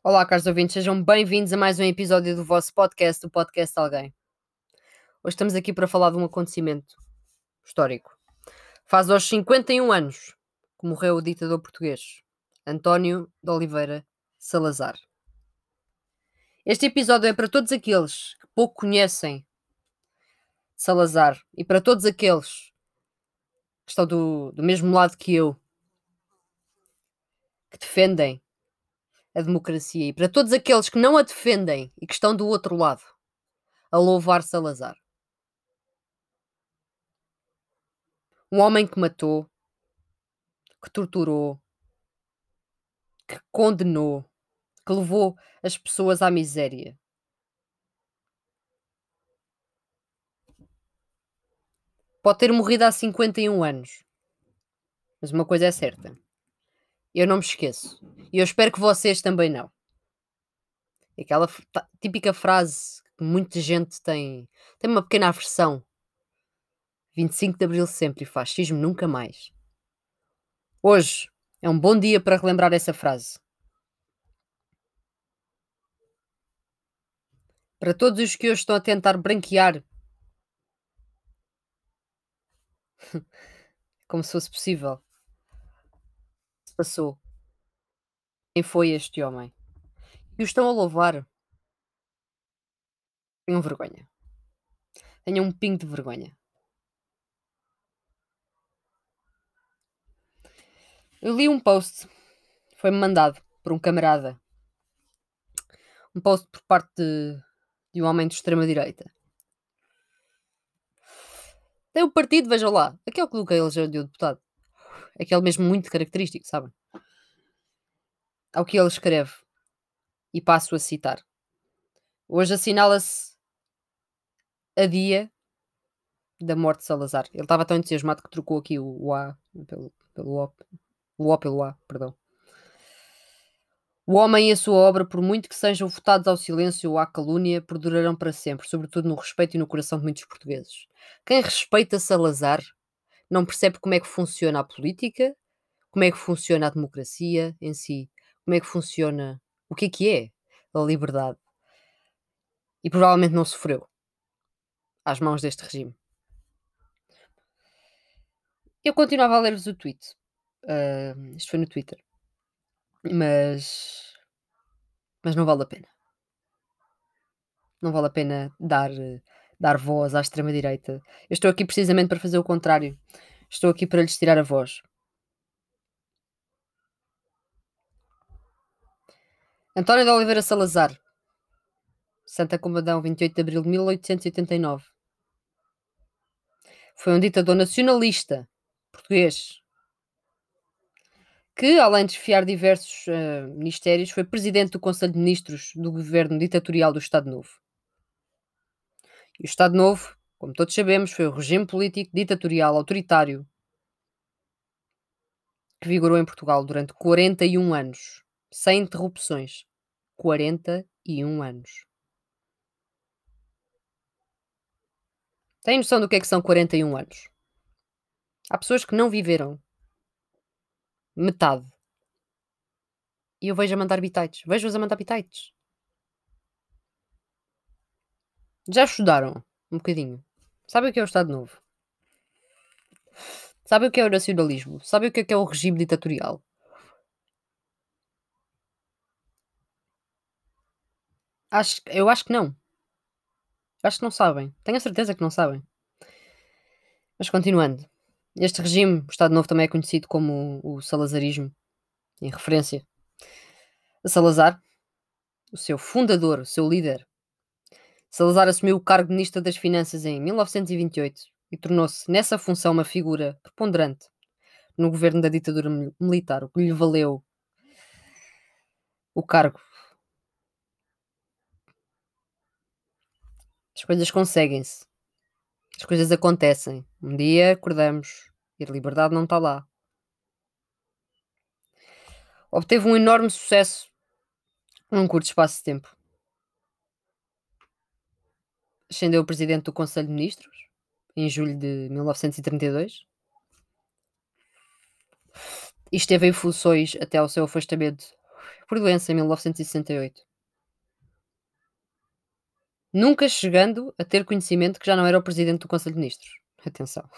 Olá, caros ouvintes, sejam bem-vindos a mais um episódio do vosso podcast, o Podcast Alguém. Hoje estamos aqui para falar de um acontecimento histórico. Faz aos 51 anos que morreu o ditador português, António de Oliveira Salazar. Este episódio é para todos aqueles que pouco conhecem Salazar e para todos aqueles que estão do mesmo lado que eu, que defendem a democracia, e para todos aqueles que não a defendem e que estão do outro lado, a louvar Salazar. Um homem que matou, que torturou, que condenou, que levou as pessoas à miséria. Pode ter morrido há 51 anos, mas uma coisa é certa: eu não me esqueço. E eu espero que vocês também não. Aquela típica frase que muita gente tem uma pequena aversão. 25 de Abril sempre e fascismo nunca mais. Hoje é um bom dia para relembrar essa frase. Para todos os que hoje estão a tentar branquear, como se fosse possível, se passou. Quem foi este homem? E o estão a louvar. Tenham vergonha. Tenham um pingo de vergonha. Eu li um post, foi-me mandado por um camarada. Um post por parte de um homem de extrema-direita. Tem o partido, vejam lá. Aquele que nunca elegeu de deputado. Aquele mesmo muito característico, sabem? Ao que ele escreve. E passo a citar. Hoje assinala-se a dia da morte de Salazar. Ele estava tão entusiasmado que trocou aqui o A pelo O. O O pelo A, perdão. O homem e a sua obra, por muito que sejam votados ao silêncio ou à calúnia, perdurarão para sempre, sobretudo no respeito e no coração de muitos portugueses. Quem respeita Salazar não percebe como é que funciona a política, como é que funciona a democracia em si, como é o que é a liberdade. E provavelmente não sofreu às mãos deste regime. Eu continuava a ler-vos o tweet. Isto foi no Twitter. Mas não vale a pena. Não vale a pena dar voz à extrema-direita. Eu estou aqui precisamente para fazer o contrário. Estou aqui para lhes tirar a voz. António de Oliveira Salazar, Santa Combadão, 28 de abril de 1889. Foi um ditador nacionalista português que, além de esfiar diversos ministérios, foi presidente do Conselho de Ministros do governo ditatorial do Estado Novo. E o Estado Novo, como todos sabemos, foi o regime político ditatorial autoritário que vigorou em Portugal durante 41 anos, sem interrupções. 41 anos. Têm noção do que é que são 41 anos? Há pessoas que não viveram metade. E eu vejo a mandar bitites. Vejo-os a mandar bitites. Já estudaram um bocadinho. Sabem o que é o Estado Novo? Sabem o que é o nacionalismo? Sabem o que é o regime ditatorial? Eu acho que não. Acho que não sabem. Tenho a certeza que não sabem. Mas continuando. Este regime, o Estado Novo, também é conhecido como o salazarismo, em referência a Salazar, o seu fundador, o seu líder. Salazar assumiu o cargo de Ministro das Finanças em 1928 e tornou-se, nessa função, uma figura preponderante no governo da ditadura militar, o que lhe valeu o cargo. As coisas conseguem-se. As coisas acontecem. Um dia acordamos e a liberdade não está lá. Obteve um enorme sucesso num curto espaço de tempo. Ascendeu o presidente do Conselho de Ministros em julho de 1932 e esteve em funções até ao seu afastamento por doença em 1968. Nunca chegando a ter conhecimento que já não era o presidente do Conselho de Ministros. Atenção.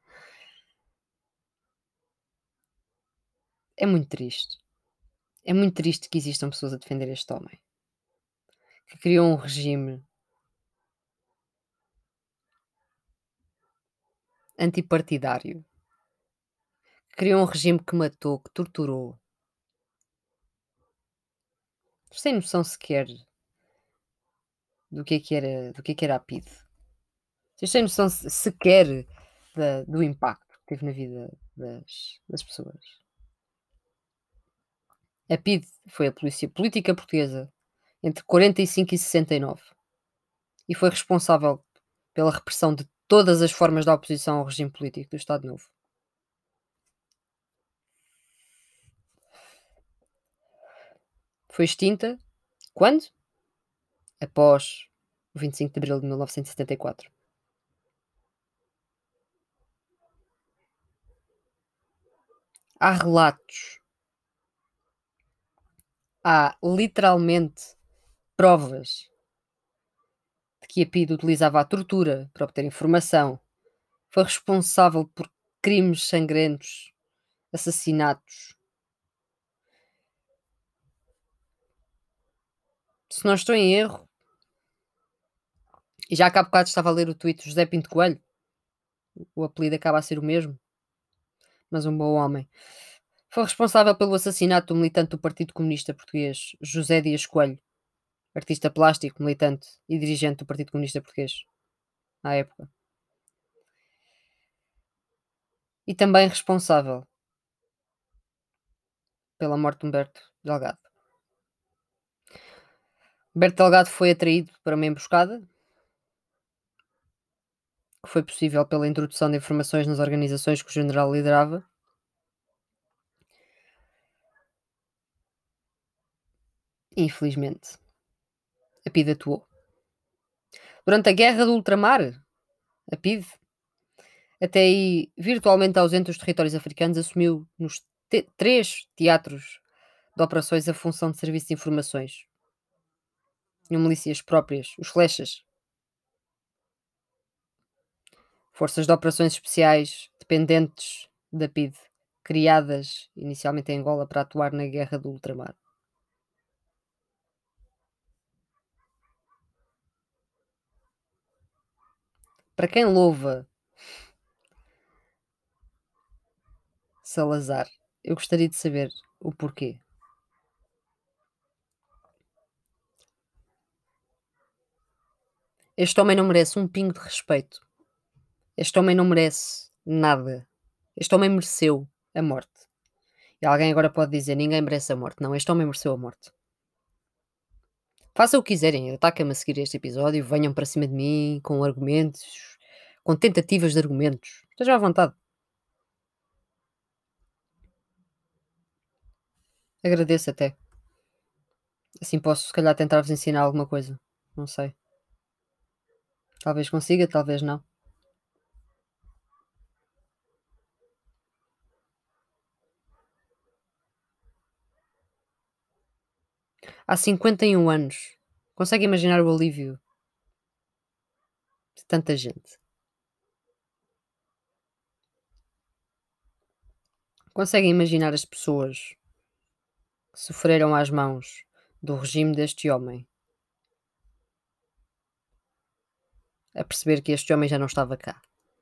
É muito triste. É muito triste que existam pessoas a defender este homem, que criou um regime antipartidário, que criou um regime que matou, que torturou, sem noção sequer do que é que era a PIDE. Vocês têm noção sequer do impacto que teve na vida das pessoas. A PIDE foi a polícia política portuguesa entre 45 e 69 e foi responsável pela repressão de todas as formas da oposição ao regime político do Estado Novo. Foi extinta quando? Após o 25 de abril de 1974. Há relatos, há literalmente provas de que a PIDE utilizava a tortura para obter informação, foi responsável por crimes sangrentos, assassinatos. Se não estou em erro, e já cá há bocado estava a ler o tweet de José Pinto Coelho, o apelido acaba a ser o mesmo, mas um bom homem. Foi responsável pelo assassinato do militante do Partido Comunista Português, José Dias Coelho, artista plástico, militante e dirigente do Partido Comunista Português, à época. E também responsável pela morte de Humberto Delgado. Humberto Delgado foi atraído para uma emboscada, que foi possível pela introdução de informações nas organizações que o general liderava. E, infelizmente, a PIDE atuou. Durante a Guerra do Ultramar, a PIDE, até aí virtualmente ausente dos territórios africanos, assumiu nos 3 teatros de operações a função de serviço de informações. Tinham milícias próprias, os flechas, forças de operações especiais dependentes da PIDE, criadas inicialmente em Angola para atuar na Guerra do Ultramar. Para quem louva Salazar, eu gostaria de saber o porquê. Este homem não merece um pingo de respeito. Este homem não merece nada. Este homem mereceu a morte. E alguém agora pode dizer: ninguém merece a morte. Não, este homem mereceu a morte. Façam o que quiserem, ataquem-me a seguir este episódio, venham para cima de mim com argumentos, com tentativas de argumentos. Estejam à vontade. Agradeço até. Assim posso, se calhar, tentar-vos ensinar alguma coisa. Não sei. Talvez consiga, talvez não. Há 51 anos. Consegue imaginar o alívio de tanta gente? Conseguem imaginar as pessoas que sofreram às mãos do regime deste homem, a perceber que este homem já não estava cá?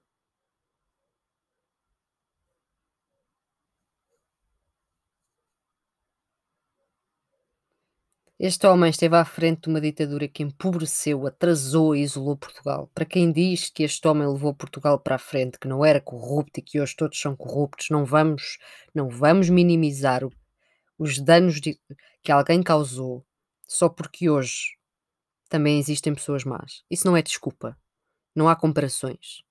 Este homem esteve à frente de uma ditadura que empobreceu, atrasou e isolou Portugal. Para quem diz que este homem levou Portugal para a frente, que não era corrupto e que hoje todos são corruptos, não vamos minimizar os danos que alguém causou só porque hoje também existem pessoas más. Isso não é desculpa. Não há comparações.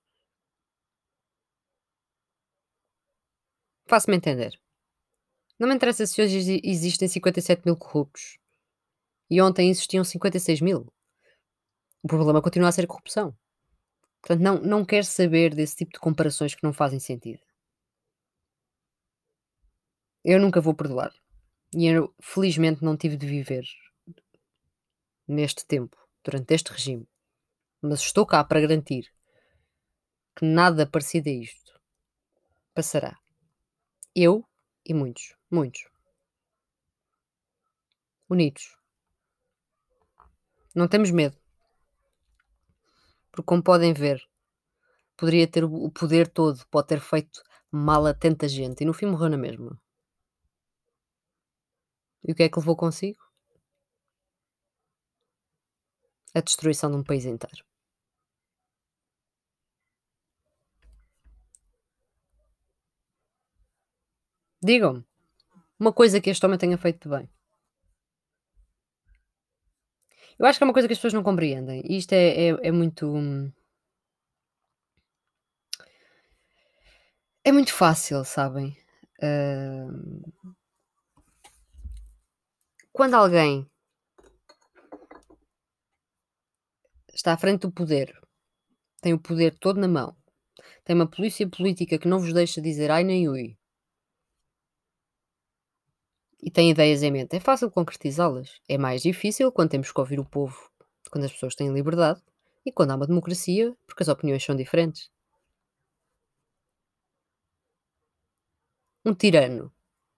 Faço-me entender. Não me interessa se hoje existem 57 mil corruptos e ontem existiam 56 mil. O problema continua a ser a corrupção. Portanto, não quero saber desse tipo de comparações que não fazem sentido. Eu nunca vou perdoar. E eu felizmente não tive de viver neste tempo, durante este regime, mas estou cá para garantir que nada parecido a isto passará. Eu e muitos, muitos, unidos. Não temos medo, porque como podem ver, poderia ter o poder todo, pode ter feito mal a tanta gente e no fim morreu na mesma. E o que é que levou consigo? A destruição de um país inteiro. Digam-me, uma coisa que este homem tenha feito de bem. Eu acho que é uma coisa que as pessoas não compreendem. E isto é muito. É muito fácil, sabem? Hum, Quando alguém está à frente do poder, tem o poder todo na mão, tem uma polícia política que não vos deixa dizer ai nem ui, e tem ideias em mente, é fácil concretizá-las. É mais difícil quando temos que ouvir o povo, quando as pessoas têm liberdade e quando há uma democracia, porque as opiniões são diferentes. Um tirano,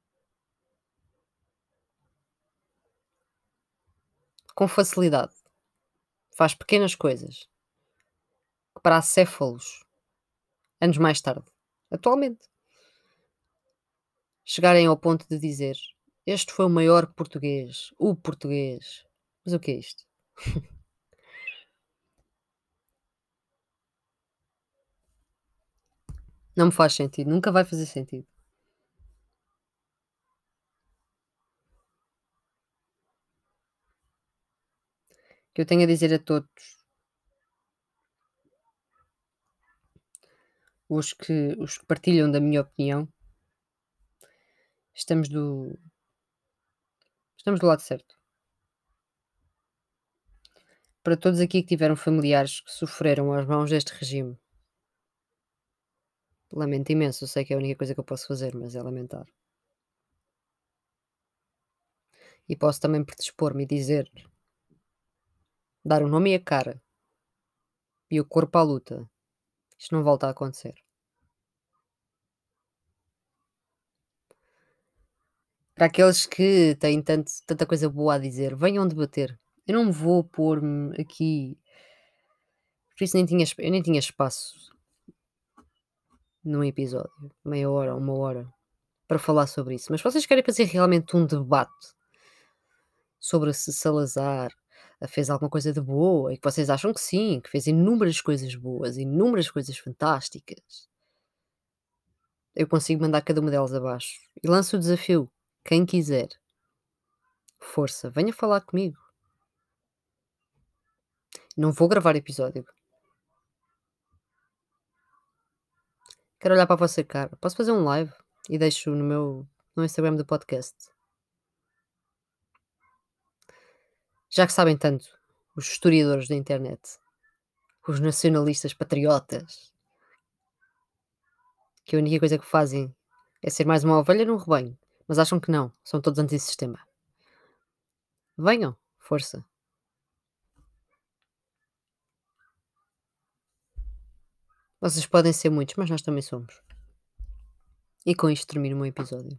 com facilidade, faz pequenas coisas que para acéfalos, anos mais tarde, atualmente, chegarem ao ponto de dizer: "Este foi o maior português, o português". Mas o que é isto? Não me faz sentido, nunca vai fazer sentido. O que eu tenho a dizer a todos os que partilham da minha opinião, estamos do estamos do lado certo. Para todos aqui que tiveram familiares que sofreram às mãos deste regime, lamento imenso, eu sei que é a única coisa que eu posso fazer, mas é lamentar. E posso também predispor-me e dizer, dar o nome e a cara e o corpo à luta. Isto não volta a acontecer. Para aqueles que têm tanta coisa boa a dizer, venham debater. Eu não vou pôr-me aqui, por isso eu nem tinha espaço num episódio, meia hora, uma hora, para falar sobre isso. Mas se vocês querem fazer realmente um debate sobre se Salazar fez alguma coisa de boa e que vocês acham que sim, que fez inúmeras coisas boas, inúmeras coisas fantásticas, eu consigo mandar cada uma delas abaixo. E lanço o desafio. Quem quiser, força, venha falar comigo. Não vou gravar episódio. Quero olhar para a vossa cara. Posso fazer um live e deixo no Instagram do podcast. Já que sabem tanto, os historiadores da internet, os nacionalistas patriotas, que a única coisa que fazem é ser mais uma ovelha num rebanho, mas acham que não, são todos antissistema. Venham, força. Vocês podem ser muitos, mas nós também somos. E com isto termino o meu episódio.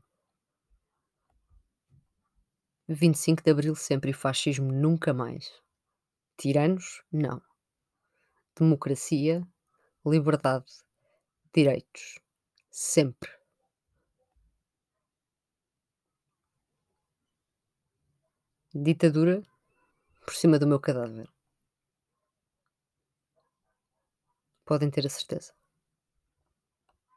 25 de Abril sempre e fascismo nunca mais. Tiranos, não. Democracia, liberdade, direitos. Sempre. Ditadura por cima do meu cadáver. Podem ter a certeza.